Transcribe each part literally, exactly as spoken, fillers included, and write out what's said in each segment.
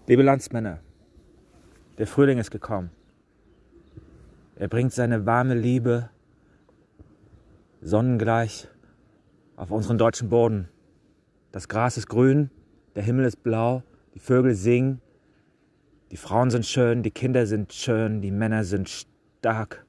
Liebe Landsmänner, der Frühling ist gekommen. Er bringt seine warme Liebe sonnengleich auf unseren deutschen Boden. Das Gras ist grün, der Himmel ist blau, die Vögel singen, die Frauen sind schön, die Kinder sind schön, die Männer sind stark.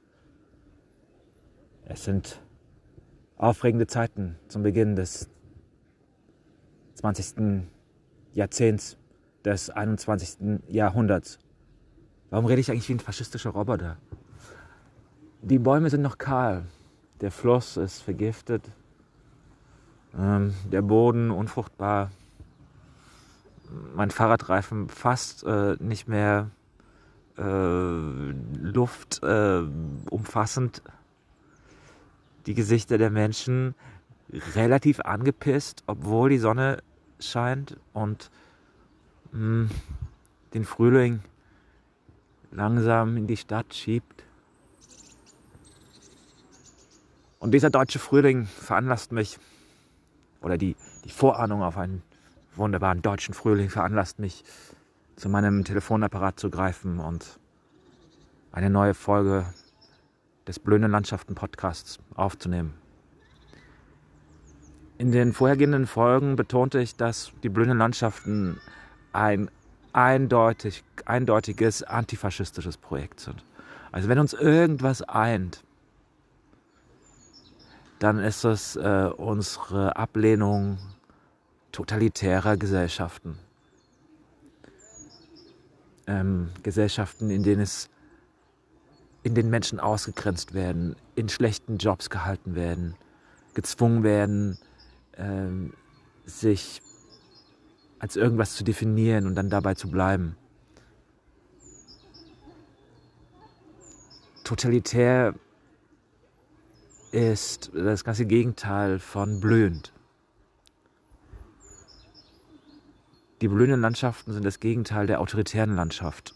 Es sind aufregende Zeiten zum Beginn des zwanzigsten Jahrzehnts, des einundzwanzigsten Jahrhunderts. Warum rede ich eigentlich wie ein faschistischer Roboter? Die Bäume sind noch kahl, der Fluss ist vergiftet, ähm, der Boden unfruchtbar, mein Fahrradreifen fast äh, nicht mehr äh, Luft äh, umfassend, die Gesichter der Menschen relativ angepisst, obwohl die Sonne scheint und mh, den Frühling langsam in die Stadt schiebt. Und dieser deutsche Frühling veranlasst mich, oder die, die Vorahnung auf einen wunderbaren deutschen Frühling veranlasst mich, zu meinem Telefonapparat zu greifen und eine neue Folge des Blühenden Landschaften Podcasts aufzunehmen. In den vorhergehenden Folgen betonte ich, dass die Blühenden Landschaften ein eindeutig, eindeutiges antifaschistisches Projekt sind. Also wenn uns irgendwas eint, dann ist es äh, unsere Ablehnung totalitärer Gesellschaften. Ähm, Gesellschaften, in denen es in denen Menschen ausgegrenzt werden, in schlechten Jobs gehalten werden, gezwungen werden, ähm, sich als irgendwas zu definieren und dann dabei zu bleiben. Totalitär ist das ganze Gegenteil von blühend. Die blühenden Landschaften sind das Gegenteil der autoritären Landschaft.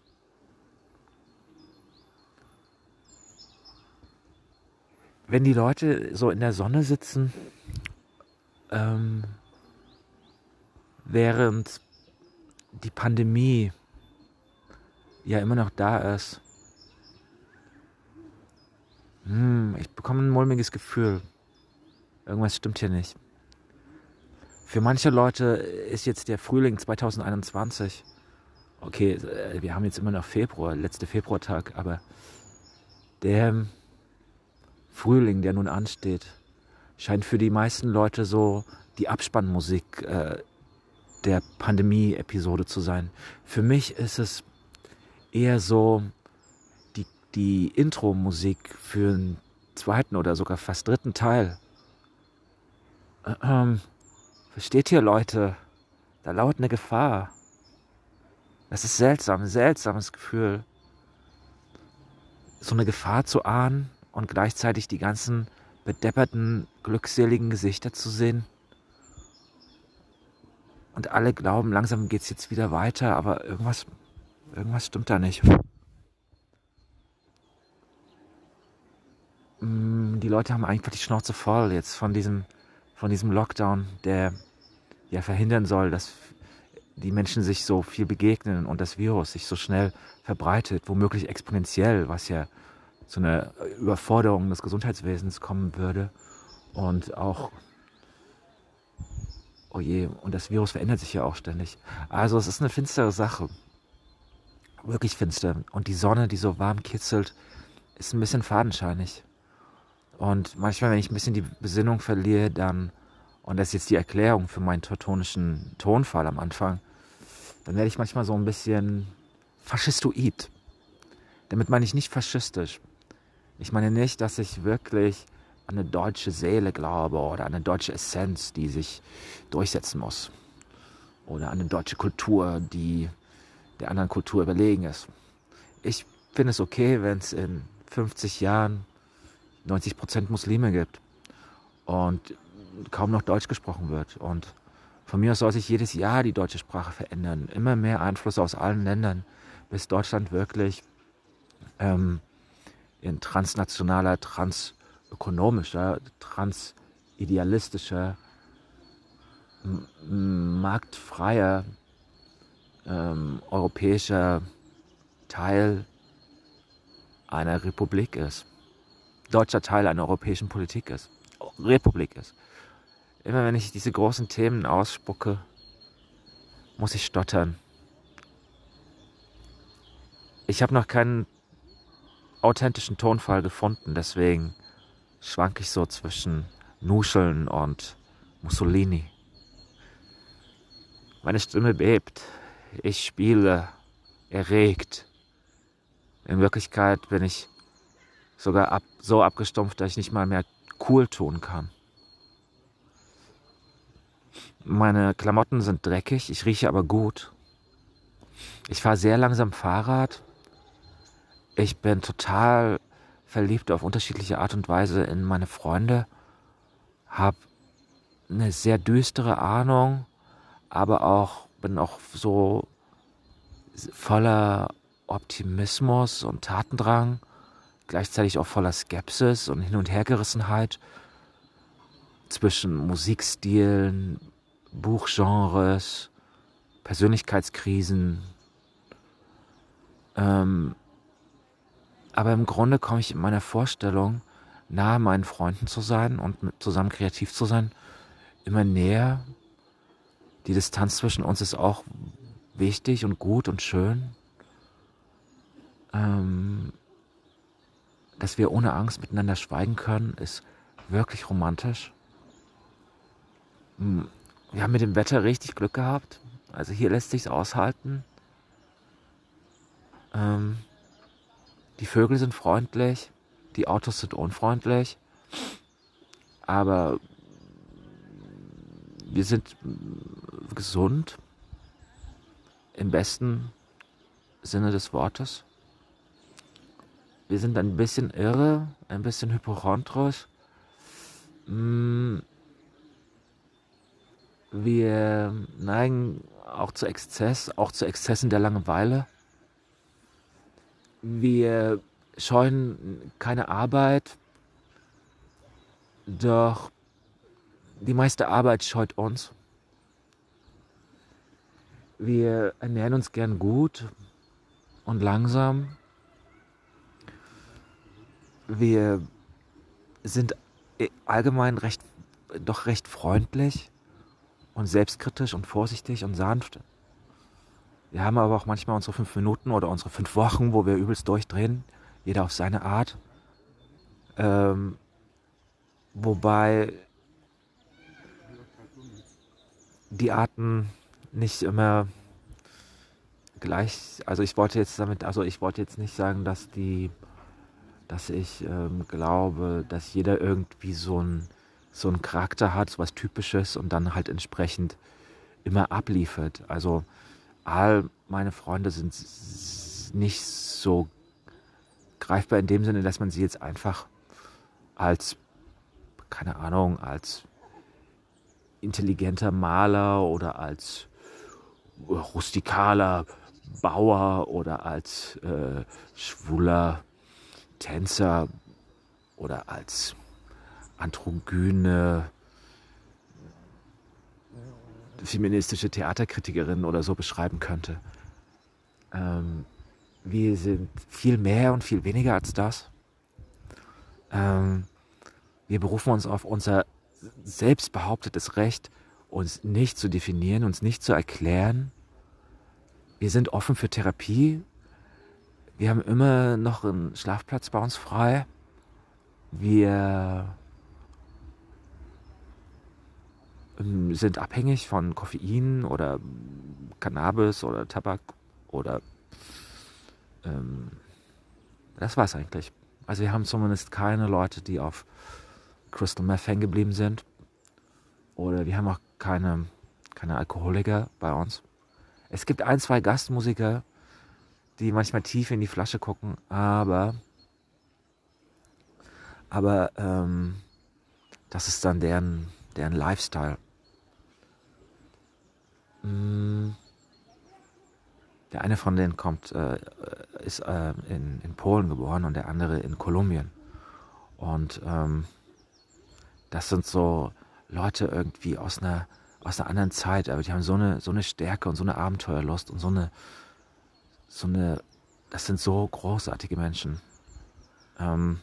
Wenn die Leute so in der Sonne sitzen, ähm, während die Pandemie ja immer noch da ist, hm, ich bekomme ein mulmiges Gefühl. Irgendwas stimmt hier nicht. Für manche Leute ist jetzt der Frühling zwanzig einundzwanzig, okay, wir haben jetzt immer noch Februar, letzter Februartag, aber der Frühling, der nun ansteht, scheint für die meisten Leute so die Abspannmusik äh, der Pandemie-Episode zu sein. Für mich ist es eher so die, die Intro-Musik für einen zweiten oder sogar fast dritten Teil. Ähm, versteht ihr, Leute? Da lauert eine Gefahr. Das ist seltsam, ein seltsames Gefühl. So eine Gefahr zu ahnen und gleichzeitig die ganzen bedepperten, glückseligen Gesichter zu sehen. Und alle glauben, langsam geht's jetzt wieder weiter, aber irgendwas, irgendwas stimmt da nicht. Die Leute haben einfach die Schnauze voll jetzt von diesem, von diesem Lockdown, der ja verhindern soll, dass die Menschen sich so viel begegnen und das Virus sich so schnell verbreitet, womöglich exponentiell, was ja zu einer Überforderung des Gesundheitswesens kommen würde. Und auch, oh je, und das Virus verändert sich ja auch ständig. Also es ist eine finstere Sache. Wirklich finster. Und die Sonne, die so warm kitzelt, ist ein bisschen fadenscheinig. Und manchmal, wenn ich ein bisschen die Besinnung verliere, dann, und das ist jetzt die Erklärung für meinen teutonischen Tonfall am Anfang, dann werde ich manchmal so ein bisschen faschistoid. Damit meine ich nicht faschistisch. Ich meine nicht, dass ich wirklich an eine deutsche Seele glaube oder an eine deutsche Essenz, die sich durchsetzen muss. Oder an eine deutsche Kultur, die der anderen Kultur überlegen ist. Ich finde es okay, wenn es in fünfzig Jahren neunzig Prozent Muslime gibt und kaum noch Deutsch gesprochen wird. Und von mir aus soll sich jedes Jahr die deutsche Sprache verändern. Immer mehr Einflüsse aus allen Ländern, bis Deutschland wirklich ähm, in transnationaler, transökonomischer, transidealistischer, m- marktfreier ähm, europäischer Teil einer Republik ist. Deutscher Teil einer europäischen Politik ist. Republik ist. Immer wenn ich diese großen Themen ausspucke, muss ich stottern. Ich habe noch keinen authentischen Tonfall gefunden, deswegen schwanke ich so zwischen Nuscheln und Mussolini. Meine Stimme bebt. Ich spiele erregt. In Wirklichkeit bin ich sogar ab, so abgestumpft, dass ich nicht mal mehr cool tun kann. Meine Klamotten sind dreckig, ich rieche aber gut. Ich fahre sehr langsam Fahrrad. Ich bin total verliebt auf unterschiedliche Art und Weise in meine Freunde. Hab eine sehr düstere Ahnung, aber auch bin auch so voller Optimismus und Tatendrang, gleichzeitig auch voller Skepsis und Hin- und Hergerissenheit zwischen Musikstilen, Buchgenres, Persönlichkeitskrisen. Ähm, aber im Grunde komme ich in meiner Vorstellung, nahe meinen Freunden zu sein und mit, zusammen kreativ zu sein, immer näher. Die Distanz zwischen uns ist auch wichtig und gut und schön. Ähm, dass wir ohne Angst miteinander schweigen können, ist wirklich romantisch. Wir haben mit dem Wetter richtig Glück gehabt. Also hier lässt sich's aushalten. Ähm, die Vögel sind freundlich, die Autos sind unfreundlich, aber wir sind gesund im besten Sinne des Wortes. Wir sind ein bisschen irre, ein bisschen hypochondrisch. Wir neigen auch zu Exzess, auch zu Exzessen der Langeweile. Wir scheuen keine Arbeit, doch die meiste Arbeit scheut uns. Wir ernähren uns gern gut und langsam. Wir sind allgemein recht, doch recht freundlich und selbstkritisch und vorsichtig und sanft. Wir haben aber auch manchmal unsere fünf Minuten oder unsere fünf Wochen, wo wir übelst durchdrehen. Jeder auf seine Art. Ähm, wobei die Arten nicht immer gleich, also ich wollte jetzt damit, also ich wollte jetzt nicht sagen, dass die, dass ich ähm, glaube, dass jeder irgendwie so ein so einen Charakter hat, so was Typisches und dann halt entsprechend immer abliefert. Also all meine Freunde sind nicht so greifbar in dem Sinne, dass man sie jetzt einfach als, keine Ahnung, als intelligenter Maler oder als rustikaler Bauer oder als äh, schwuler Tänzer oder als androgyne feministische Theaterkritikerin oder so beschreiben könnte. Ähm, wir sind viel mehr und viel weniger als das. Ähm, wir berufen uns auf unser selbst behauptetes Recht, uns nicht zu definieren, uns nicht zu erklären. Wir sind offen für Therapie. Wir haben immer noch einen Schlafplatz bei uns frei. Wir sind abhängig von Koffein oder Cannabis oder Tabak oder ähm, das war's eigentlich. Also wir haben zumindest keine Leute, die auf Crystal Meth hängen geblieben sind, oder wir haben auch keine, keine Alkoholiker bei uns. Es gibt ein, zwei Gastmusiker, die manchmal tief in die Flasche gucken, aber aber ähm, das ist dann deren, deren Lifestyle. Der eine von denen kommt, äh, ist äh, in, in Polen geboren und der andere in Kolumbien. Und ähm, das sind so Leute irgendwie aus einer, aus einer anderen Zeit, aber die haben so eine, so eine Stärke und so eine Abenteuerlust und so eine, so eine, das sind so großartige Menschen. Ähm,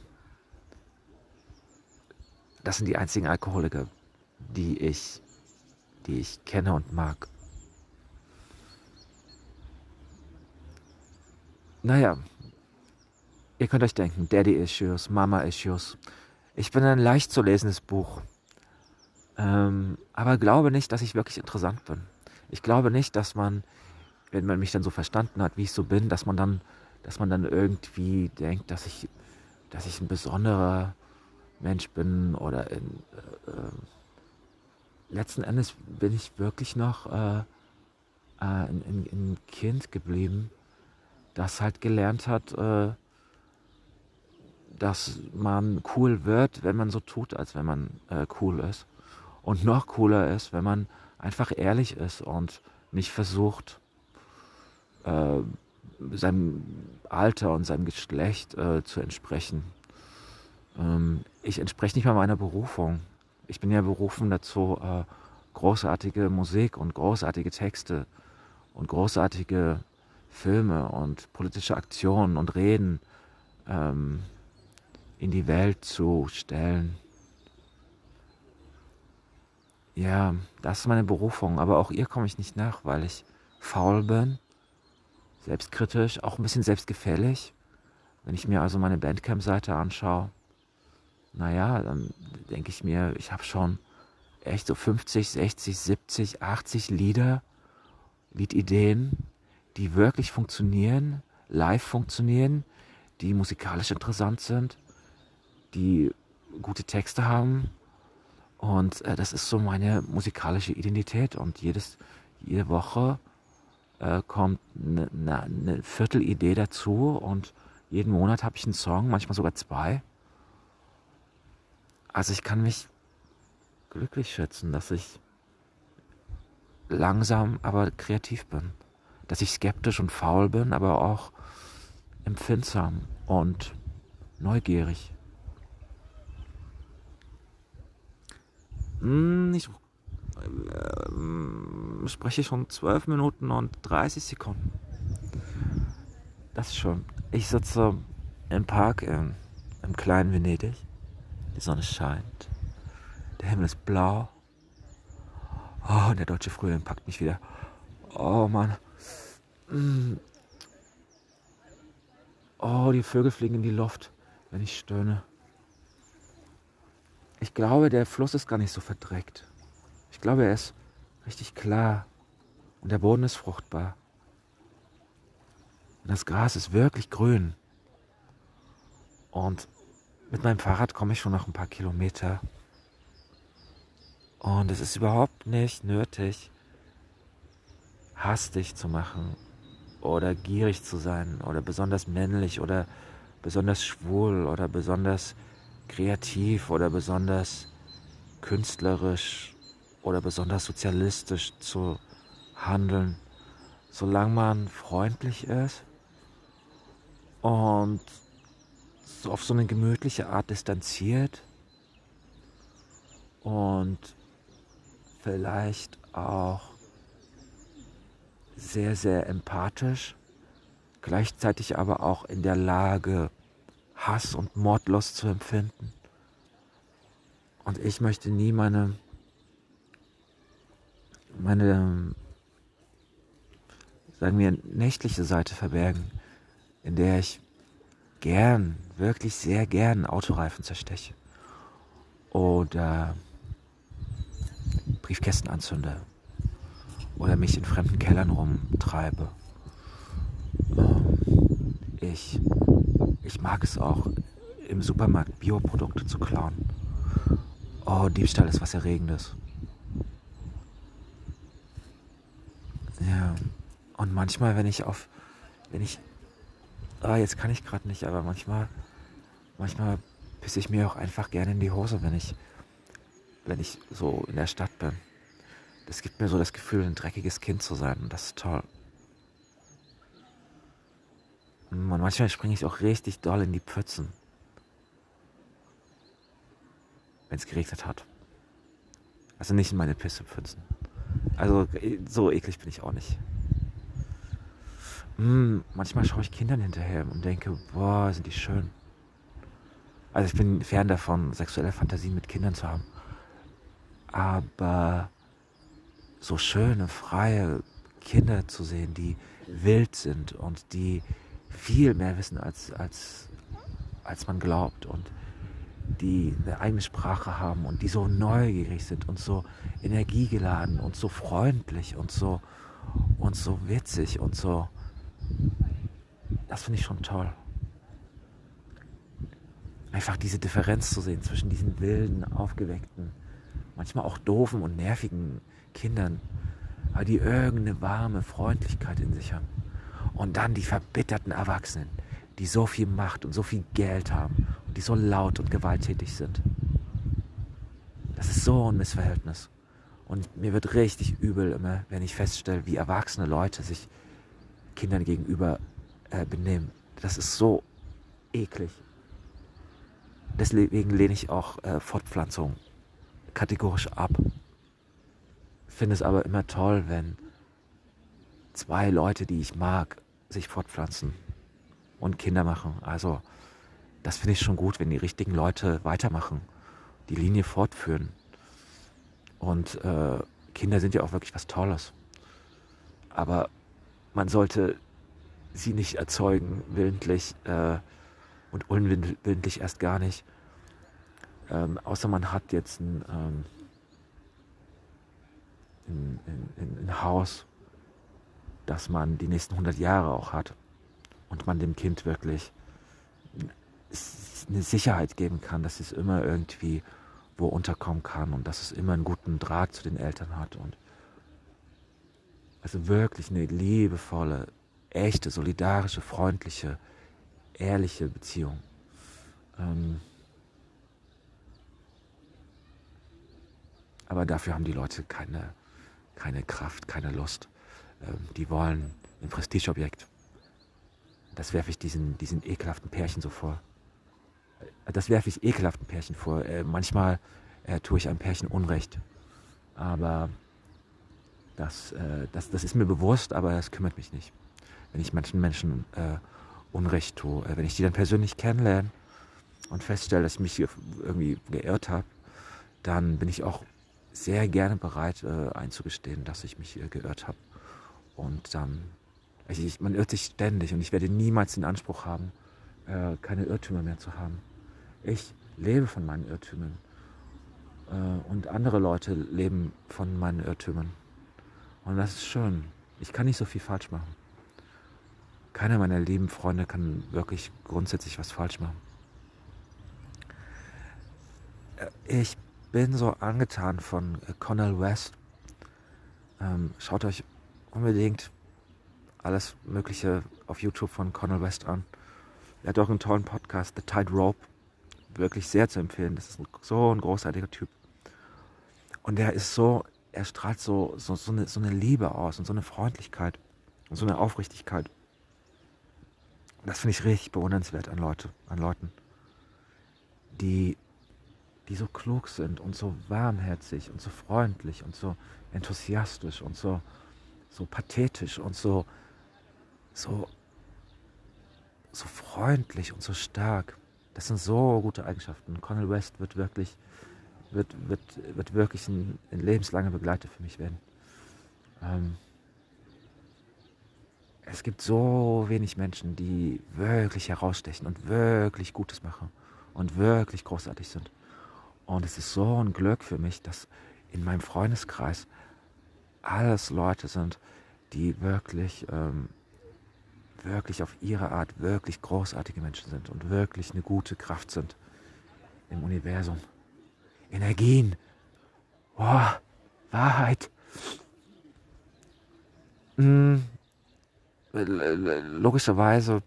das sind die einzigen Alkoholiker, die ich, die ich kenne und mag. Naja, ihr könnt euch denken, Daddy-Issues, Mama-Issues. Ich bin ein leicht zu lesendes Buch. Ähm, aber glaube nicht, dass ich wirklich interessant bin. Ich glaube nicht, dass man, wenn man mich dann so verstanden hat, wie ich so bin, dass man dann, dass man dann irgendwie denkt, dass ich, dass ich ein besonderer Mensch bin oder in, äh, äh, letzten Endes bin ich wirklich noch äh, äh, ein, ein, ein Kind geblieben, das halt gelernt hat, äh, dass man cool wird, wenn man so tut, als wenn man äh, cool ist. Und noch cooler ist, wenn man einfach ehrlich ist und nicht versucht, äh, seinem Alter und seinem Geschlecht äh, zu entsprechen. Ähm, ich entspreche nicht mal meiner Berufung. Ich bin ja berufen dazu, äh, großartige Musik und großartige Texte und großartige Filme und politische Aktionen und Reden ähm, in die Welt zu stellen. Ja, das ist meine Berufung, aber auch ihr komme ich nicht nach, weil ich faul bin, selbstkritisch, auch ein bisschen selbstgefällig. Wenn ich mir also meine Bandcamp-Seite anschaue, naja, dann denke ich mir, ich habe schon echt so fünfzig, sechzig, siebzig, achtzig Lieder, Liedideen, die wirklich funktionieren, live funktionieren, die musikalisch interessant sind, die gute Texte haben. Und äh, das ist so meine musikalische Identität. Und jedes, jede Woche äh, kommt eine ne, ne Viertelidee dazu. Und jeden Monat habe ich einen Song, manchmal sogar zwei. Also ich kann mich glücklich schätzen, dass ich langsam, aber kreativ bin. Dass ich skeptisch und faul bin, aber auch empfindsam und neugierig. Hm, ich äh, spreche schon zwölf Minuten und dreißig Sekunden. Das ist schon. Ich sitze im Park im, im kleinen Venedig. Die Sonne scheint. Der Himmel ist blau. Oh, und der deutsche Frühling packt mich wieder. Oh Mann. Mm. Oh, die Vögel fliegen in die Luft, wenn ich stöhne. Ich glaube, der Fluss ist gar nicht so verdreckt. Ich glaube, er ist richtig klar. Und der Boden ist fruchtbar. Und das Gras ist wirklich grün. Und mit meinem Fahrrad komme ich schon noch ein paar Kilometer. Und es ist überhaupt nicht nötig, hastig zu machen oder gierig zu sein oder besonders männlich oder besonders schwul oder besonders kreativ oder besonders künstlerisch oder besonders sozialistisch zu handeln, solange man freundlich ist und so auf so eine gemütliche Art distanziert und vielleicht auch sehr, sehr empathisch, gleichzeitig aber auch in der Lage, Hass und Mordlust zu empfinden. Und ich möchte nie meine, meine, sagen wir, nächtliche Seite verbergen, in der ich gern, wirklich sehr gern Autoreifen zersteche oder Briefkästen anzünde oder mich in fremden Kellern rumtreibe. Ich, ich mag es auch, im Supermarkt Bioprodukte zu klauen. Oh, Diebstahl ist was Erregendes. Ja, und manchmal, wenn ich auf, wenn ich, ah, jetzt kann ich gerade nicht, aber manchmal, manchmal pisse ich mir auch einfach gerne in die Hose, wenn ich, wenn ich so in der Stadt bin. Das gibt mir so das Gefühl, ein dreckiges Kind zu sein und das ist toll. Und manchmal springe ich auch richtig doll in die Pfützen, wenn es geregnet hat. Also nicht in meine Pissepfützen. Also so eklig bin ich auch nicht. Hm, manchmal schaue ich Kindern hinterher und denke, boah, sind die schön. Also ich bin fern davon, sexuelle Fantasien mit Kindern zu haben. Aber so schöne, freie Kinder zu sehen, die wild sind und die viel mehr wissen, als, als, als man glaubt und die eine eigene Sprache haben und die so neugierig sind und so energiegeladen und so freundlich und so, und so witzig und so. Das finde ich schon toll. Einfach diese Differenz zu sehen zwischen diesen wilden, aufgeweckten, manchmal auch doofen und nervigen Kindern, aber die irgendeine warme Freundlichkeit in sich haben. Und dann die verbitterten Erwachsenen, die so viel Macht und so viel Geld haben und die so laut und gewalttätig sind. Das ist so ein Missverhältnis. Und mir wird richtig übel immer, wenn ich feststelle, wie erwachsene Leute sich Kindern gegenüber äh, benehmen. Das ist so eklig. Deswegen lehne ich auch äh, Fortpflanzung kategorisch ab. Finde es aber immer toll, wenn zwei Leute, die ich mag, sich fortpflanzen und Kinder machen. Also das finde ich schon gut, wenn die richtigen Leute weitermachen, die Linie fortführen. Und äh, Kinder sind ja auch wirklich was Tolles. Aber man sollte sie nicht erzeugen, willentlich äh, und unwillentlich erst gar nicht. Ähm, außer man hat jetzt ein, ähm, ein, ein, ein Haus, das man die nächsten hundert Jahre auch hat und man dem Kind wirklich eine Sicherheit geben kann, dass es immer irgendwie wo unterkommen kann und dass es immer einen guten Draht zu den Eltern hat und also wirklich eine liebevolle, echte, solidarische, freundliche, ehrliche Beziehung. Ähm aber dafür haben die Leute keine, keine Kraft, keine Lust. Ähm die wollen ein Prestigeobjekt. Das werfe ich diesen, diesen ekelhaften Pärchen so vor. Das werfe ich ekelhaften Pärchen vor. Äh, manchmal äh, tue ich einem Pärchen Unrecht. Aber das, äh, das, das ist mir bewusst, aber es kümmert mich nicht. Wenn ich manchen Menschen äh, Unrecht tue, äh, wenn ich die dann persönlich kennenlerne und feststelle, dass ich mich irgendwie geirrt habe, dann bin ich auch sehr gerne bereit äh, einzugestehen, dass ich mich äh, geirrt habe. Und dann, also ich, man irrt sich ständig und ich werde niemals den Anspruch haben, äh, keine Irrtümer mehr zu haben. Ich lebe von meinen Irrtümern äh, und andere Leute leben von meinen Irrtümern. Und das ist schön. Ich kann nicht so viel falsch machen. Keiner meiner lieben Freunde kann wirklich grundsätzlich was falsch machen. Ich bin so angetan von Cornel West. Ähm, schaut euch unbedingt alles Mögliche auf YouTube von Cornel West an. Er hat auch einen tollen Podcast, The Tightrope. Wirklich sehr zu empfehlen. Das ist ein, so ein großartiger Typ. Und er ist so, er strahlt so, so, so, eine, so eine Liebe aus und so eine Freundlichkeit und so eine Aufrichtigkeit. Das finde ich richtig bewundernswert an Leute, an Leuten, die, die so klug sind und so warmherzig und so freundlich und so enthusiastisch und so, so pathetisch und so, so, so freundlich und so stark. Das sind so gute Eigenschaften. Cornel West wird wirklich, wird, wird, wird wirklich ein, ein lebenslanger Begleiter für mich werden. Ähm, es gibt so wenig Menschen, die wirklich herausstechen und wirklich Gutes machen und wirklich großartig sind. Und es ist so ein Glück für mich, dass in meinem Freundeskreis alles Leute sind, die wirklich, ähm, wirklich auf ihre Art wirklich großartige Menschen sind und wirklich eine gute Kraft sind im Universum. Energien. Boah, Wahrheit. Hm, logischerweise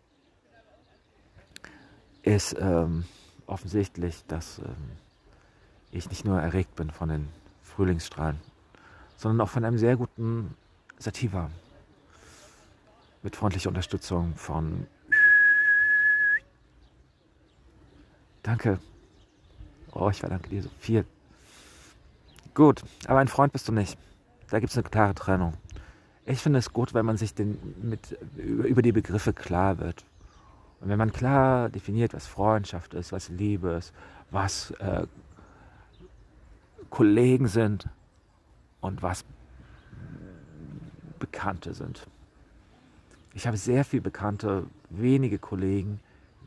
ist ähm, offensichtlich, dass ähm, ich nicht nur erregt bin von den Frühlingsstrahlen, sondern auch von einem sehr guten Sativa. Mit freundlicher Unterstützung von... Danke. Oh, ich verdanke dir so viel. Gut, aber ein Freund bist du nicht. Da gibt es eine klare Trennung. Ich finde es gut, wenn man sich den, mit, über die Begriffe klar wird. Und wenn man klar definiert, was Freundschaft ist, was Liebe ist, was äh, Kollegen sind und was Bekannte sind. Ich habe sehr viele Bekannte, wenige Kollegen,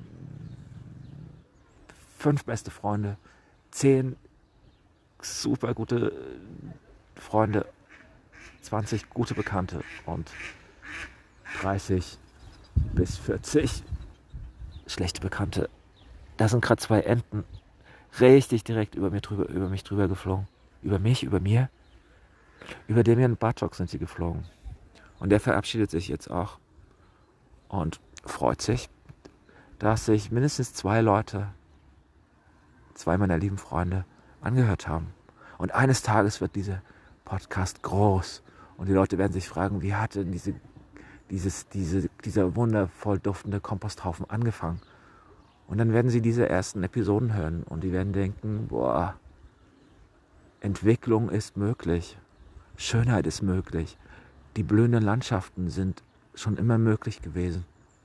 fünf beste Freunde, zehn super gute Freunde, zwanzig gute Bekannte und dreißig bis vierzig schlechte Bekannte. Da sind gerade zwei Enten richtig direkt über, mir drüber, über mich drüber geflogen. Über mich, über mir. Über Demian Bartok sind sie geflogen. Und der verabschiedet sich jetzt auch. Und freut sich, dass sich mindestens zwei Leute, zwei meiner lieben Freunde, angehört haben. Und eines Tages wird dieser Podcast groß. Und die Leute werden sich fragen, wie hat denn diese, dieses, diese, dieser wundervoll duftende Komposthaufen angefangen? Und dann werden sie diese ersten Episoden hören und die werden denken, boah, Entwicklung ist möglich. Schönheit ist möglich. Die blühenden Landschaften sind schon immer möglich gewesen.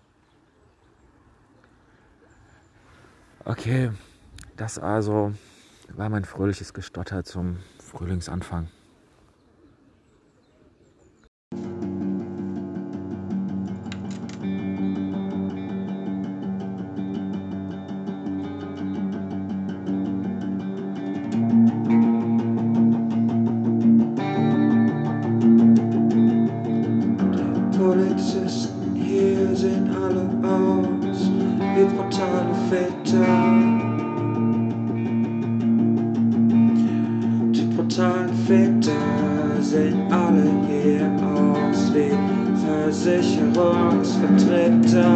Okay, das also war mein fröhliches Gestotter zum Frühlingsanfang. Polizisten hier sehen alle aus wie brutale Väter. Die brutalen Väter sehen alle hier aus wie Versicherungsvertreter.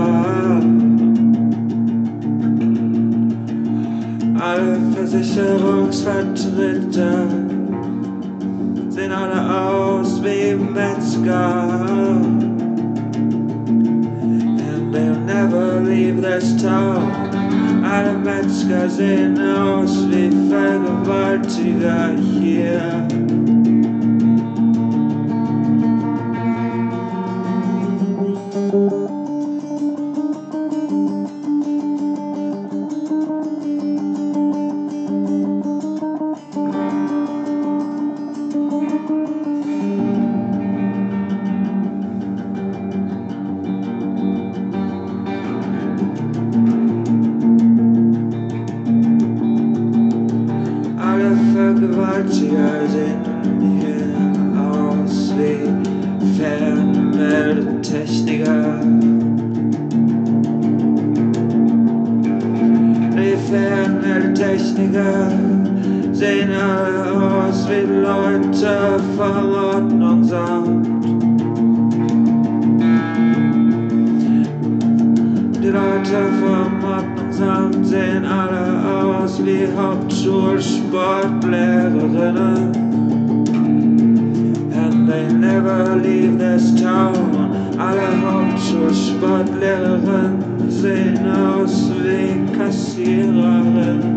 Alle Versicherungsvertreter sehen alle aus wie Metzger. They'll never leave this town. Alle Metzger sehen aus wie Vergewaltiger hier. Vergewaltiger sehen hier aus wie Fernmeldetechniker. Die Fernmeldetechniker sehen alle aus wie Leute vom Ordnungsamt. Die Leute vom Ordnungsamt sehen alle aus wie Hauptschulsportlehrerinnen. And they never leave this town. Alle Hauptschulsportlehrerinnen sehen aus wie Kassiererinnen.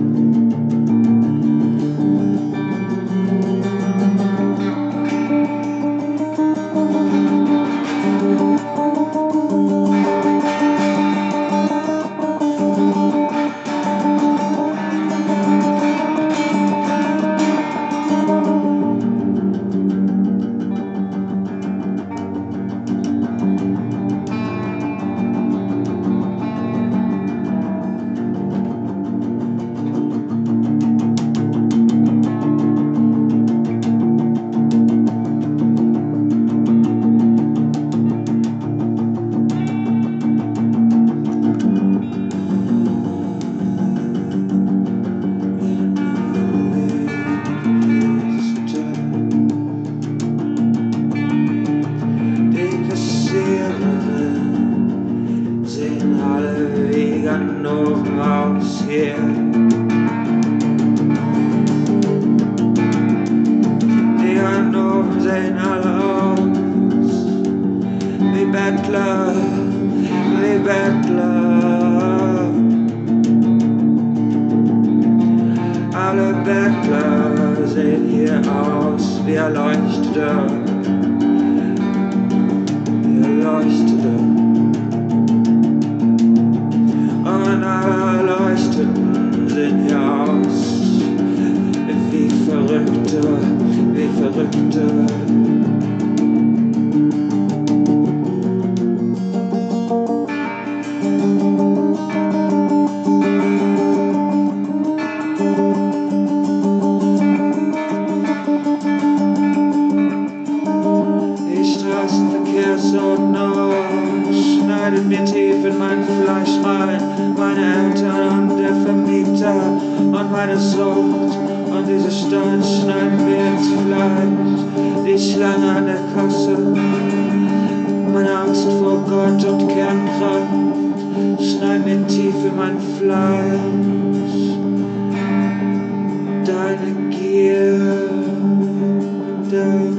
Aus hier. Die Ganoven sehen alle aus wie Bettler, wie Bettler. Alle Bettler sehen hier aus wie Erleuchtete, wie Erleuchtete. Und alle Erleuchteten sehen hier aus wie Verrückte, wie Verrückte. Schneidet mir tief in mein Fleisch rein, meine Eltern und der Vermieter und meine Sucht und diese Stadt schneiden mir ins Fleisch, die Schlange an der Kasse, meine Angst vor Gott und Kernkraft schneiden mir tief in mein Fleisch, deine Gier,